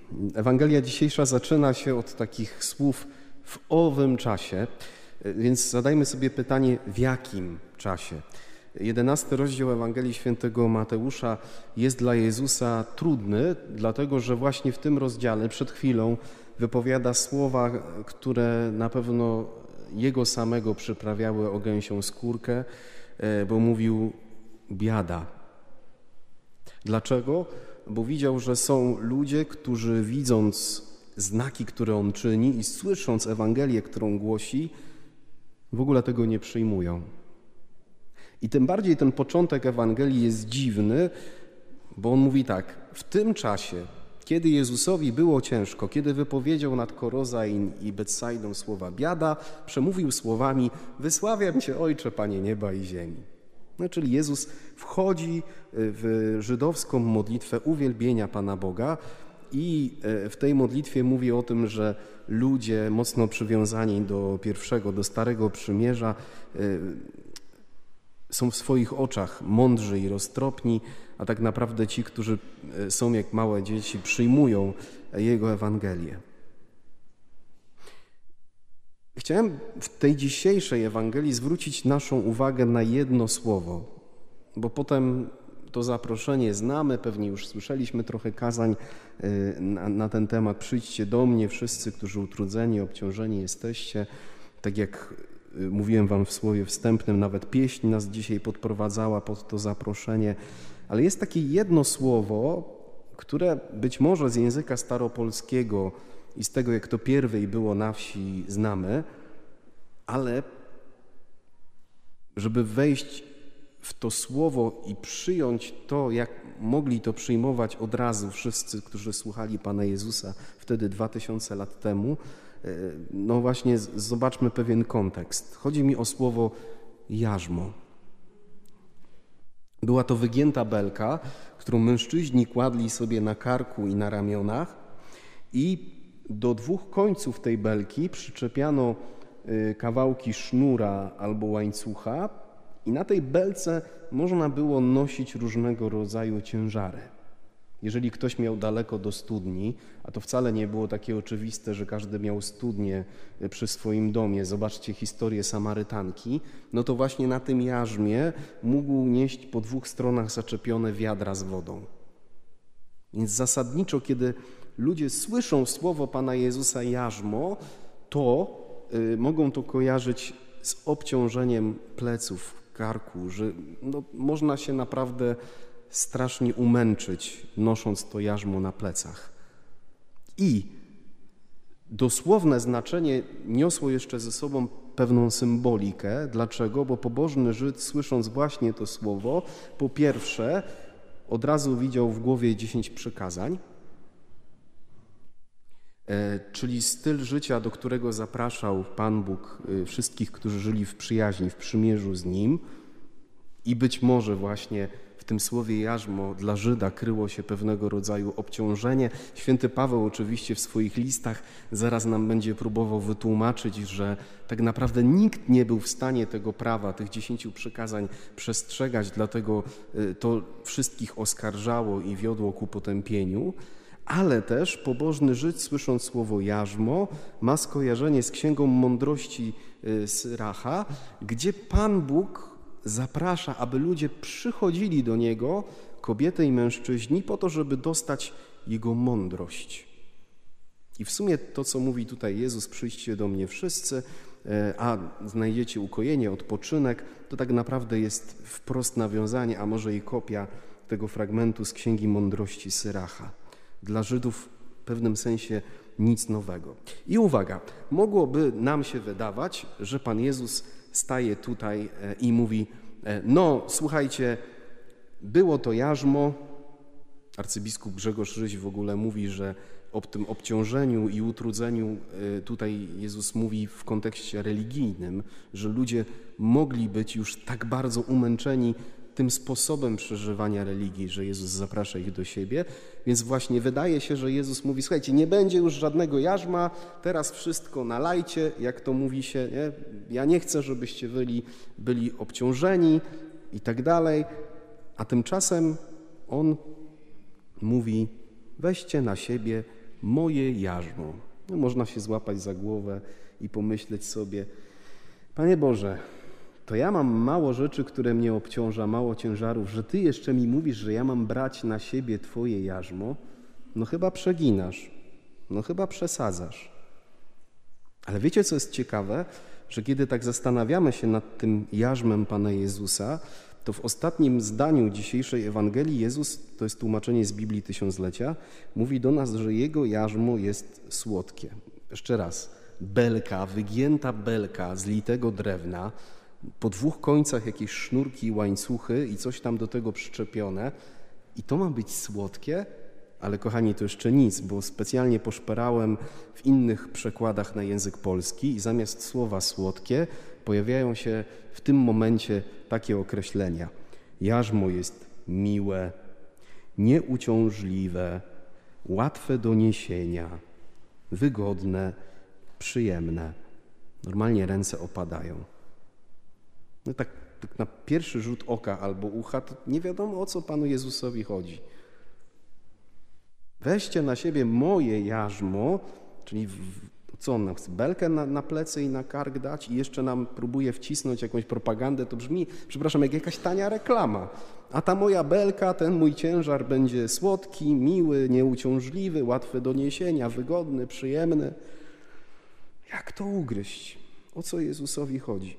Ewangelia dzisiejsza zaczyna się od takich słów w owym czasie, więc zadajmy sobie pytanie, w jakim czasie. 11 rozdział Ewangelii Świętego Mateusza jest dla Jezusa trudny, dlatego że właśnie w tym rozdziale przed chwilą wypowiada słowa, które na pewno Jego samego przyprawiały o gęsią skórkę, bo mówił biada. Dlaczego? Bo widział, że są ludzie, którzy widząc znaki, które On czyni i słysząc Ewangelię, którą głosi, w ogóle tego nie przyjmują. I tym bardziej ten początek Ewangelii jest dziwny, bo On mówi tak, w tym czasie, kiedy Jezusowi było ciężko, kiedy wypowiedział nad Korozain i Betsaidą słowa biada, przemówił słowami: wysławiam Cię, Ojcze, Panie nieba i ziemi. No, czyli Jezus wchodzi w żydowską modlitwę uwielbienia Pana Boga i w tej modlitwie mówi o tym, że ludzie mocno przywiązani do Starego Przymierza są w swoich oczach mądrzy i roztropni, a tak naprawdę ci, którzy są jak małe dzieci, przyjmują Jego Ewangelię. Chciałem w tej dzisiejszej Ewangelii zwrócić naszą uwagę na jedno słowo, bo potem to zaproszenie znamy, pewnie już słyszeliśmy trochę kazań na ten temat. Przyjdźcie do mnie wszyscy, którzy utrudzeni, obciążeni jesteście. Tak jak mówiłem wam w słowie wstępnym, nawet pieśń nas dzisiaj podprowadzała pod to zaproszenie. Ale jest takie jedno słowo, które być może z języka staropolskiego i z tego, jak to pierwej było na wsi, znamy, ale żeby wejść w to słowo i przyjąć to, jak mogli to przyjmować od razu wszyscy, którzy słuchali Pana Jezusa wtedy 2000 lat temu, no właśnie zobaczmy pewien kontekst. Chodzi mi o słowo jarzmo. Była to wygięta belka, którą mężczyźni kładli sobie na karku i na ramionach i do dwóch końców tej belki przyczepiano kawałki sznura albo łańcucha i na tej belce można było nosić różnego rodzaju ciężary. Jeżeli ktoś miał daleko do studni, a to wcale nie było takie oczywiste, że każdy miał studnię przy swoim domie, zobaczcie historię Samarytanki, no to właśnie na tym jarzmie mógł nieść po dwóch stronach zaczepione wiadra z wodą. Więc zasadniczo, kiedy ludzie słyszą słowo Pana Jezusa jarzmo, to mogą to kojarzyć z obciążeniem pleców, karku, że można się naprawdę strasznie umęczyć, nosząc to jarzmo na plecach. I dosłowne znaczenie niosło jeszcze ze sobą pewną symbolikę. Dlaczego? Bo pobożny Żyd, słysząc właśnie to słowo, po pierwsze od razu widział w głowie 10 przykazań, czyli styl życia, do którego zapraszał Pan Bóg wszystkich, którzy żyli w przyjaźni, w przymierzu z Nim. I być może właśnie w tym słowie jarzmo dla Żyda kryło się pewnego rodzaju obciążenie. Święty Paweł oczywiście w swoich listach zaraz nam będzie próbował wytłumaczyć, że tak naprawdę nikt nie był w stanie tego prawa, tych 10 przykazań przestrzegać, dlatego to wszystkich oskarżało i wiodło ku potępieniu. Ale też pobożny Żyd, słysząc słowo jarzmo, ma skojarzenie z Księgą Mądrości Syracha, gdzie Pan Bóg zaprasza, aby ludzie przychodzili do Niego, kobiety i mężczyźni, po to, żeby dostać Jego mądrość. I w sumie to, co mówi tutaj Jezus, przyjdźcie do mnie wszyscy, a znajdziecie ukojenie, odpoczynek, to tak naprawdę jest wprost nawiązanie, a może i kopia tego fragmentu z Księgi Mądrości Syracha. Dla Żydów w pewnym sensie nic nowego. I uwaga, mogłoby nam się wydawać, że Pan Jezus staje tutaj i mówi: no słuchajcie, było to jarzmo. Arcybiskup Grzegorz Ryś w ogóle mówi, że o tym obciążeniu i utrudzeniu tutaj Jezus mówi w kontekście religijnym, że ludzie mogli być już tak bardzo umęczeni tym sposobem przeżywania religii, że Jezus zaprasza ich do siebie. Więc właśnie wydaje się, że Jezus mówi: słuchajcie, nie będzie już żadnego jarzma, teraz wszystko nalajcie, jak to mówi się, nie? Ja nie chcę, żebyście byli obciążeni i tak dalej. A tymczasem On mówi: weźcie na siebie moje jarzmo. No, można się złapać za głowę i pomyśleć sobie, Panie Boże, to ja mam mało rzeczy, które mnie obciąża, mało ciężarów, że Ty jeszcze mi mówisz, że ja mam brać na siebie Twoje jarzmo? No chyba przeginasz, no chyba przesadzasz. Ale wiecie, co jest ciekawe? Że kiedy tak zastanawiamy się nad tym jarzmem Pana Jezusa, to w ostatnim zdaniu dzisiejszej Ewangelii Jezus, to jest tłumaczenie z Biblii Tysiąclecia, mówi do nas, że Jego jarzmo jest słodkie. Jeszcze raz, belka, wygięta belka z litego drewna, po dwóch końcach jakieś sznurki, łańcuchy i coś tam do tego przyczepione. I to ma być słodkie? Ale kochani, to jeszcze nic, bo specjalnie poszperałem w innych przekładach na język polski i zamiast słowa słodkie pojawiają się w tym momencie takie określenia. Jarzmo jest miłe, nieuciążliwe, łatwe do niesienia, wygodne, przyjemne. Normalnie ręce opadają. No tak na pierwszy rzut oka albo ucha to nie wiadomo, o co Panu Jezusowi chodzi. Weźcie na siebie moje jarzmo, czyli co on nam chce, belkę na plecy i na kark dać i jeszcze nam próbuje wcisnąć jakąś propagandę, to brzmi, przepraszam, jak jakaś tania reklama. A ta moja belka, ten mój ciężar będzie słodki, miły, nieuciążliwy, łatwy do niesienia, wygodny, przyjemny. Jak to ugryźć? O co Jezusowi chodzi?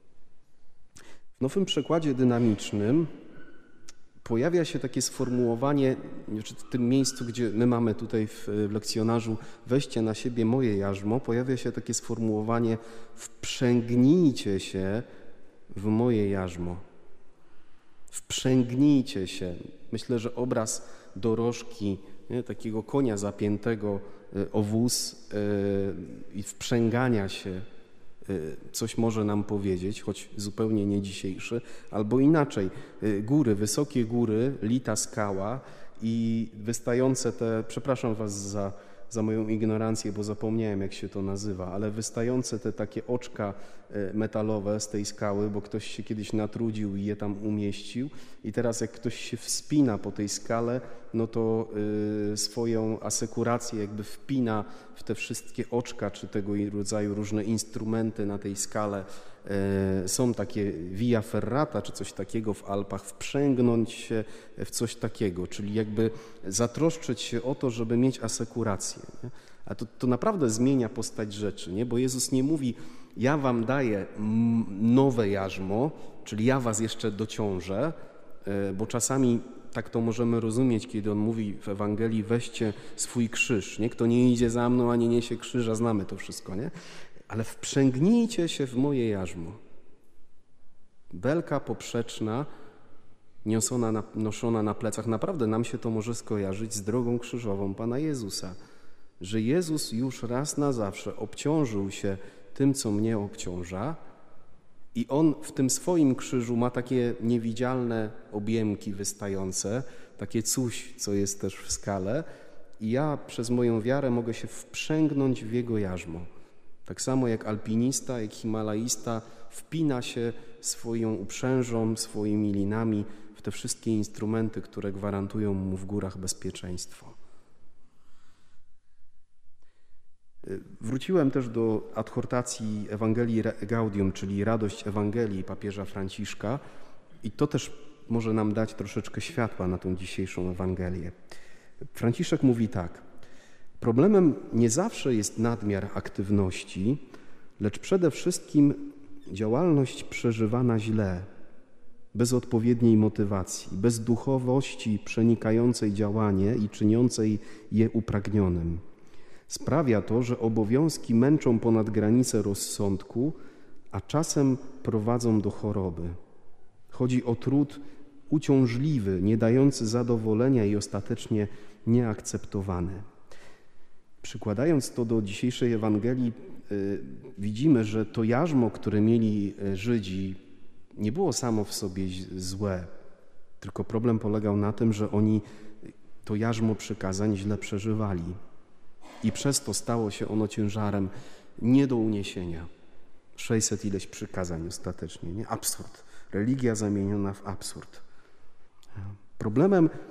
W nowym przekładzie dynamicznym pojawia się takie sformułowanie, w tym miejscu, gdzie my mamy tutaj w lekcjonarzu weźcie na siebie moje jarzmo, pojawia się takie sformułowanie wprzęgnijcie się w moje jarzmo. Wprzęgnijcie się. Myślę, że obraz dorożki, takiego konia zapiętego o wóz i wprzęgania się coś może nam powiedzieć, choć zupełnie nie dzisiejszy, albo inaczej. Góry, wysokie góry, lita skała i wystające te, przepraszam was za moją ignorancję, bo zapomniałem, jak się to nazywa, ale wystające te takie oczka metalowe z tej skały, bo ktoś się kiedyś natrudził i je tam umieścił i teraz jak ktoś się wspina po tej skale, no to swoją asekurację jakby wpina w te wszystkie oczka, czy tego rodzaju różne instrumenty na tej skale. Są takie via ferrata, czy coś takiego w Alpach, wprzęgnąć się w coś takiego, czyli jakby zatroszczyć się o to, żeby mieć asekurację. Nie? A to naprawdę zmienia postać rzeczy, nie? Bo Jezus nie mówi, ja wam daję nowe jarzmo, czyli ja was jeszcze dociążę, bo czasami tak to możemy rozumieć, kiedy on mówi w Ewangelii, weźcie swój krzyż, nie? Kto nie idzie za mną, a nie niesie krzyża, znamy to wszystko, nie? Ale wprzęgnijcie się w moje jarzmo. Belka poprzeczna, noszona na plecach. Naprawdę nam się to może skojarzyć z drogą krzyżową Pana Jezusa. Że Jezus już raz na zawsze obciążył się tym, co mnie obciąża i On w tym swoim krzyżu ma takie niewidzialne objęki wystające, takie coś, co jest też w skale i ja przez moją wiarę mogę się wprzęgnąć w Jego jarzmo. Tak samo jak alpinista, jak himalaista wpina się swoją uprzężą, swoimi linami w te wszystkie instrumenty, które gwarantują mu w górach bezpieczeństwo. Wróciłem też do adhortacji Ewangelii Gaudium, czyli Radość Ewangelii papieża Franciszka i to też może nam dać troszeczkę światła na tą dzisiejszą Ewangelię. Franciszek mówi tak. Problemem nie zawsze jest nadmiar aktywności, lecz przede wszystkim działalność przeżywana źle, bez odpowiedniej motywacji, bez duchowości przenikającej działanie i czyniącej je upragnionym. Sprawia to, że obowiązki męczą ponad granicę rozsądku, a czasem prowadzą do choroby. Chodzi o trud uciążliwy, nie dający zadowolenia i ostatecznie nieakceptowany. Przykładając to do dzisiejszej Ewangelii, widzimy, że to jarzmo, które mieli Żydzi, nie było samo w sobie złe, tylko problem polegał na tym, że oni to jarzmo przykazań źle przeżywali i przez to stało się ono ciężarem nie do uniesienia. 600 ileś przykazań ostatecznie, nie? Absurd. Religia zamieniona w absurd. Problemem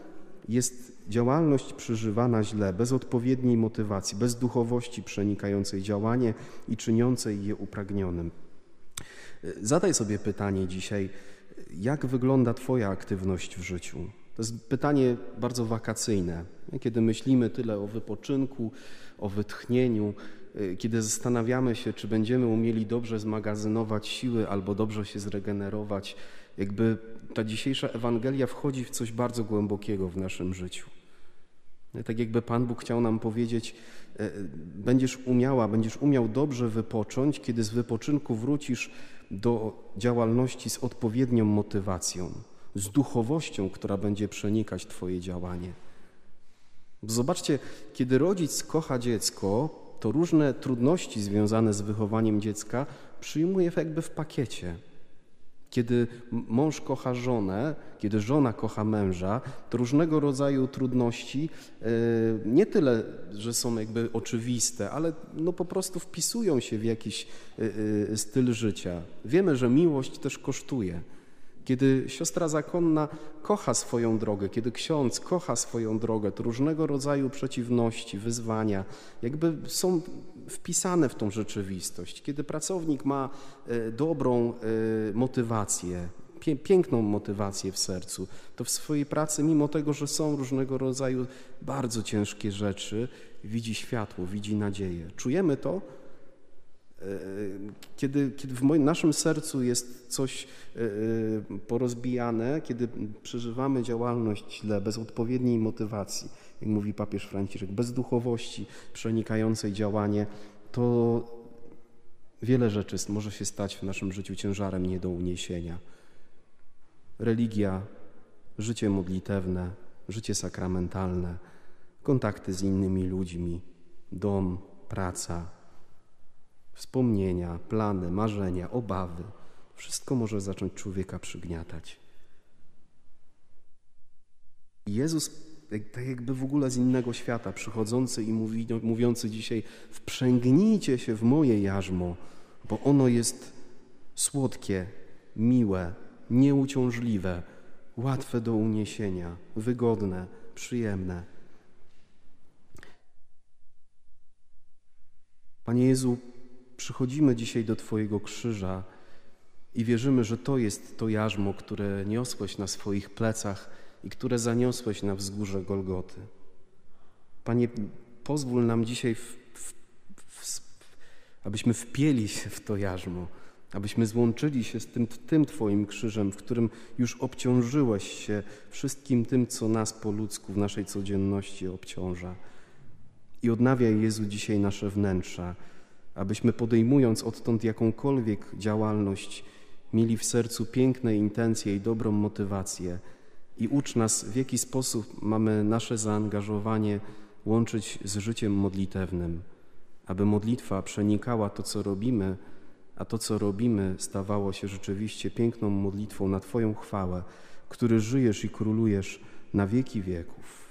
jest działalność przeżywana źle, bez odpowiedniej motywacji, bez duchowości przenikającej działanie i czyniącej je upragnionym. Zadaj sobie pytanie dzisiaj, jak wygląda Twoja aktywność w życiu? To jest pytanie bardzo wakacyjne. Kiedy myślimy tyle o wypoczynku, o wytchnieniu, kiedy zastanawiamy się, czy będziemy umieli dobrze zmagazynować siły albo dobrze się zregenerować, jakby ta dzisiejsza Ewangelia wchodzi w coś bardzo głębokiego w naszym życiu. Tak jakby Pan Bóg chciał nam powiedzieć, będziesz umiał dobrze wypocząć, kiedy z wypoczynku wrócisz do działalności z odpowiednią motywacją, z duchowością, która będzie przenikać Twoje działanie. Zobaczcie, kiedy rodzic kocha dziecko, to różne trudności związane z wychowaniem dziecka przyjmuje jakby w pakiecie. Kiedy mąż kocha żonę, kiedy żona kocha męża, to różnego rodzaju trudności nie tyle, że są jakby oczywiste, ale no po prostu wpisują się w jakiś styl życia. Wiemy, że miłość też kosztuje. Kiedy siostra zakonna kocha swoją drogę, kiedy ksiądz kocha swoją drogę, to różnego rodzaju przeciwności, wyzwania jakby są wpisane w tą rzeczywistość. Kiedy pracownik ma dobrą motywację, piękną motywację w sercu, to w swojej pracy, mimo tego, że są różnego rodzaju bardzo ciężkie rzeczy, widzi światło, widzi nadzieję. Czujemy to? Kiedy w naszym sercu jest coś porozbijane, kiedy przeżywamy działalność źle, bez odpowiedniej motywacji, jak mówi papież Franciszek, bez duchowości przenikającej działanie, to wiele rzeczy może się stać w naszym życiu ciężarem nie do uniesienia. Religia, życie modlitewne, życie sakramentalne, kontakty z innymi ludźmi, dom, praca, wspomnienia, plany, marzenia, obawy. Wszystko może zacząć człowieka przygniatać. Jezus, tak jakby w ogóle z innego świata przychodzący i mówiący dzisiaj: wprzęgnijcie się w moje jarzmo, bo ono jest słodkie, miłe, nieuciążliwe, łatwe do uniesienia, wygodne, przyjemne. Panie Jezu, przychodzimy dzisiaj do Twojego krzyża i wierzymy, że to jest to jarzmo, które niosłeś na swoich plecach i które zaniosłeś na wzgórze Golgoty. Panie, pozwól nam dzisiaj, abyśmy wpięli się w to jarzmo, abyśmy złączyli się z tym Twoim krzyżem, w którym już obciążyłeś się wszystkim tym, co nas po ludzku w naszej codzienności obciąża. I odnawiaj, Jezu, dzisiaj nasze wnętrza, abyśmy podejmując odtąd jakąkolwiek działalność, mieli w sercu piękne intencje i dobrą motywację i ucz nas, w jaki sposób mamy nasze zaangażowanie łączyć z życiem modlitewnym, aby modlitwa przenikała to, co robimy, a to, co robimy, stawało się rzeczywiście piękną modlitwą na Twoją chwałę, który żyjesz i królujesz na wieki wieków.